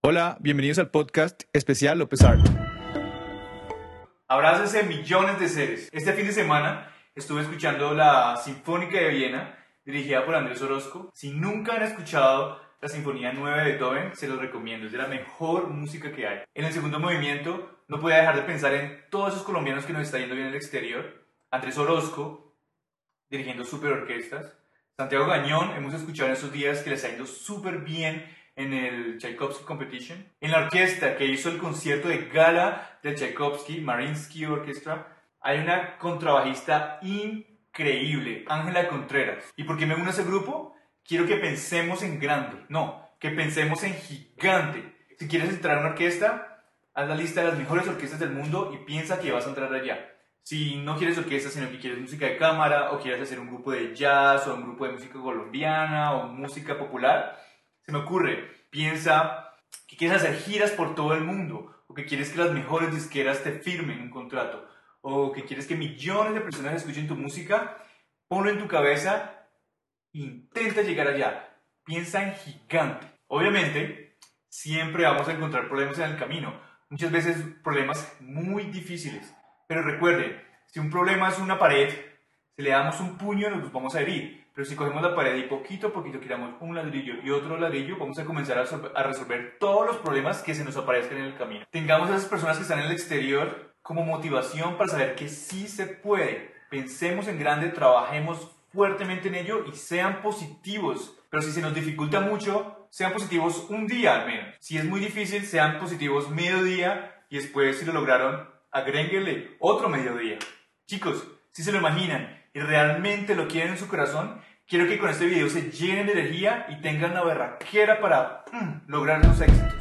Hola, bienvenidos al podcast especial López Art. Abrácense millones de seres. Este fin de semana estuve escuchando la Sinfónica de Viena, dirigida por Andrés Orozco. Si nunca han escuchado la Sinfonía 9 de Beethoven, se los recomiendo. Es de la mejor música que hay. En el segundo movimiento, no podía dejar de pensar en todos esos colombianos que nos está yendo bien en el exterior. Andrés Orozco, dirigiendo super orquestas. Santiago Gañón, hemos escuchado en estos días que les ha ido súper bien en el Tchaikovsky Competition. En la orquesta que hizo el concierto de gala del Tchaikovsky, Mariinsky Orchestra, hay una contrabajista increíble, Ángela Contreras. ¿Y por qué me uno a ese grupo? Quiero que pensemos en grande, no, que pensemos en gigante. Si quieres entrar a una orquesta, haz la lista de las mejores orquestas del mundo y piensa que vas a entrar allá. Si no quieres orquesta, sino que quieres música de cámara, o quieres hacer un grupo de jazz, o un grupo de música colombiana, o música popular, se me ocurre, piensa que quieres hacer giras por todo el mundo, o que quieres que las mejores disqueras te firmen un contrato, o que quieres que millones de personas escuchen tu música. Ponlo en tu cabeza, intenta llegar allá, piensa en gigante. Obviamente, siempre vamos a encontrar problemas en el camino, muchas veces problemas muy difíciles, pero recuerden, si un problema es una pared, si le damos un puño nos vamos a herir. Pero si cogemos la pared y poquito a poquito quitamos un ladrillo y otro ladrillo, vamos a comenzar a resolver todos los problemas que se nos aparezcan en el camino. Tengamos a esas personas que están en el exterior como motivación para saber que sí se puede. Pensemos en grande, trabajemos fuertemente en ello y sean positivos. Pero si se nos dificulta mucho, sean positivos un día al menos. Si es muy difícil, sean positivos mediodía y después, si lo lograron, agréguenle otro mediodía. Chicos, si se lo imaginan y realmente lo quieren en su corazón, quiero que con este video se llenen de energía y tengan la berraquera para lograr sus éxitos.